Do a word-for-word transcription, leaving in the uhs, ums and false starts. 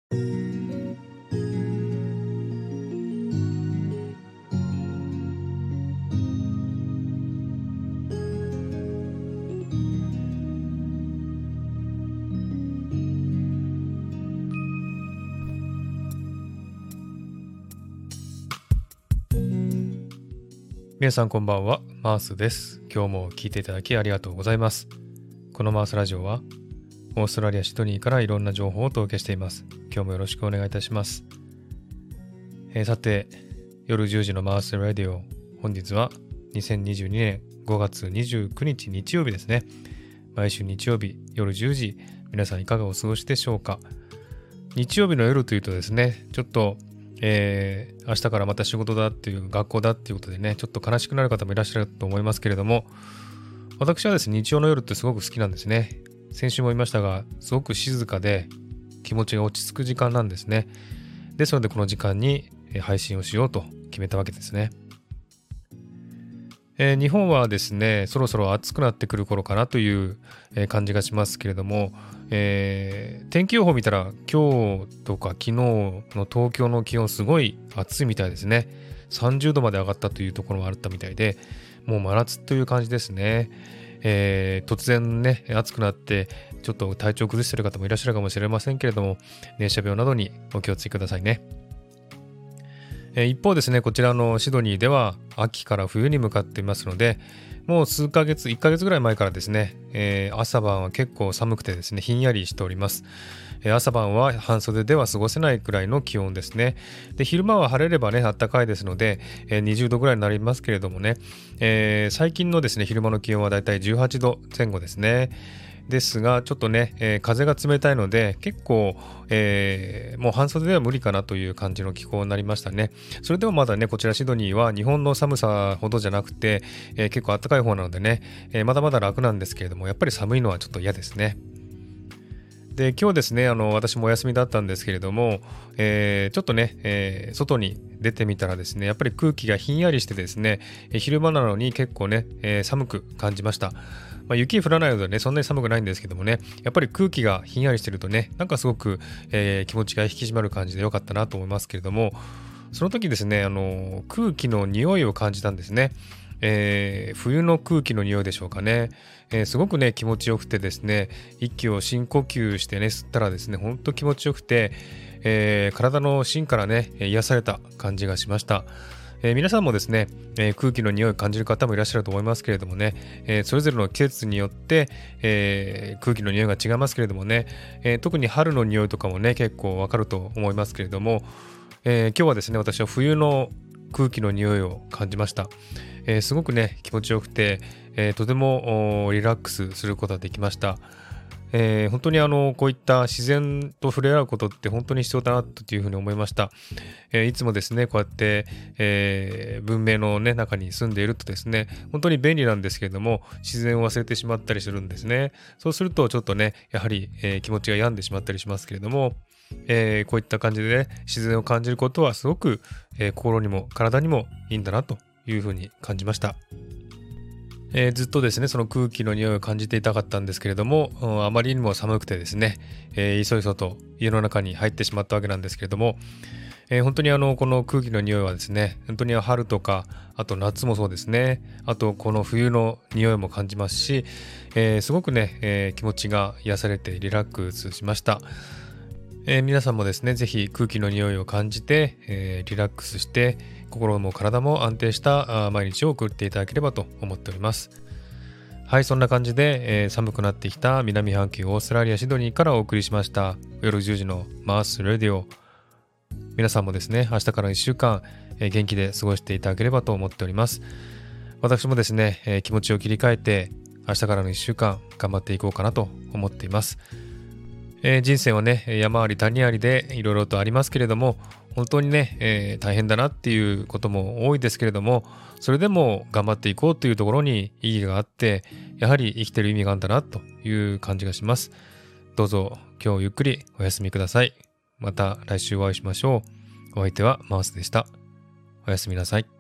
皆さんこんばんは、マースです。今日も聞いていただきありがとうございます。このマースラジオはオーストラリア・シドニーからいろんな情報をお届けしています。今日もよろしくお願いいたします。えー、さて、夜じゅうじのマースラジオ、本日はにせんにじゅうにねんごがつにじゅうくにち日曜日ですね。毎週日曜日夜じゅうじ、皆さんいかがお過ごしでしょうか。日曜日の夜というとですね、ちょっとえー、明日からまた仕事だっていう学校だっていうことでね、ちょっと悲しくなる方もいらっしゃると思いますけれども、私はですね、日曜の夜ってすごく好きなんですね。先週も言いましたが、すごく静かで気持ちが落ち着く時間なんですね。ですのでこの時間に配信をしようと決めたわけですね。えー、日本はですね、そろそろ暑くなってくる頃かなという感じがしますけれども、えー、天気予報見たら今日とか昨日の東京の気温すごい暑いみたいですね。さんじゅうどまで上がったというところもあったみたいで、もう真夏という感じですね。えー、突然ね暑くなってちょっと体調を崩している方もいらっしゃるかもしれませんけれども、熱射病などにお気をつけくださいね。えー、一方ですね、こちらのシドニーでは秋から冬に向かっていますので、もう数ヶ月、いっかげつぐらい前からですね、えー、朝晩は結構寒くてですね、ひんやりしております。えー、朝晩は半袖では過ごせないくらいの気温ですね。で、昼間は晴れればね、暖かいですので、えー、にじゅうどぐらいになりますけれどもね、えー、最近のですね、昼間の気温はだいたいじゅうはちどぜん後ですね。ですが、ちょっとね、えー、風が冷たいので、結構、えー、もう半袖では無理かなという感じの気候になりましたね。それでもまだね、こちらシドニーは日本の寒さほどじゃなくて、えー、結構暖かい方なのでね、えー、まだまだ楽なんですけれども、やっぱり寒いのはちょっと嫌ですね。で、今日ですね、あの、私もお休みだったんですけれども、えー、ちょっとね、えー、外に出てみたらですね、やっぱり空気がひんやりしてですね、えー、昼間なのに結構ね、えー、寒く感じました。まあ、雪降らないのでね、そんなに寒くないんですけどもね、やっぱり空気がひんやりしてるとね、なんかすごく、えー、気持ちが引き締まる感じで良かったなと思いますけれども、その時ですね、あの、空気の匂いを感じたんですね。えー、冬の空気の匂いでしょうかね、えー、すごくね気持ちよくてですね、息を深呼吸してね吸ったらですね、ほんと気持ちよくて、えー、体の芯からね癒された感じがしました。えー、皆さんもですね、えー、空気の匂いを感じる方もいらっしゃると思いますけれどもね、えー、それぞれの季節によって、えー、空気の匂いが違いますけれどもね、えー、特に春の匂いとかもね結構わかると思いますけれども、えー、今日はですね、私は冬の空気の匂いを感じました。えー、すごくね気持ちよくて、えー、とてもリラックスすることができました。えー、本当にあのこういった自然と触れ合うことって本当に必要だなというふうに思いました。えー、いつもですねこうやって、えー、文明の、ね、中に住んでいるとですね、本当に便利なんですけれども自然を忘れてしまったりするんですね。そうするとちょっとねやはり、えー、気持ちが病んでしまったりしますけれども、えー、こういった感じでね自然を感じることはすごく、えー、心にも体にもいいんだなというふうに感じました。えー、ずっとですねその空気の匂いを感じていたかったんですけれども、うん、あまりにも寒くてですね、えー、いそいそと家の中に入ってしまったわけなんですけれども、えー、本当にあのこの空気の匂いはですね、本当に春とかあと夏もそうですね、あとこの冬の匂いも感じますし、えー、すごくね、えー、気持ちが癒されてリラックスしました。えー、皆さんもですねぜひ空気の匂いを感じて、えー、リラックスして心も体も安定した毎日を送っていただければと思っております。はい、そんな感じで、えー、寒くなってきた南半球オーストラリアシドニーからお送りしました夜じゅうじのマースラディオ。皆さんもですね明日からいっしゅうかん、えー、元気で過ごしていただければと思っております。私もですね、えー、気持ちを切り替えて明日からのいっしゅうかん頑張っていこうかなと思っています。えー、人生はね山あり谷ありでいろいろとありますけれども、本当にね、えー、大変だなっていうことも多いですけれども、それでも頑張っていこうというところに意義があって、やはり生きてる意味があるんだなという感じがします。どうぞ今日ゆっくりお休みください。また来週お会いしましょう。お相手はマウスでした。おやすみなさい。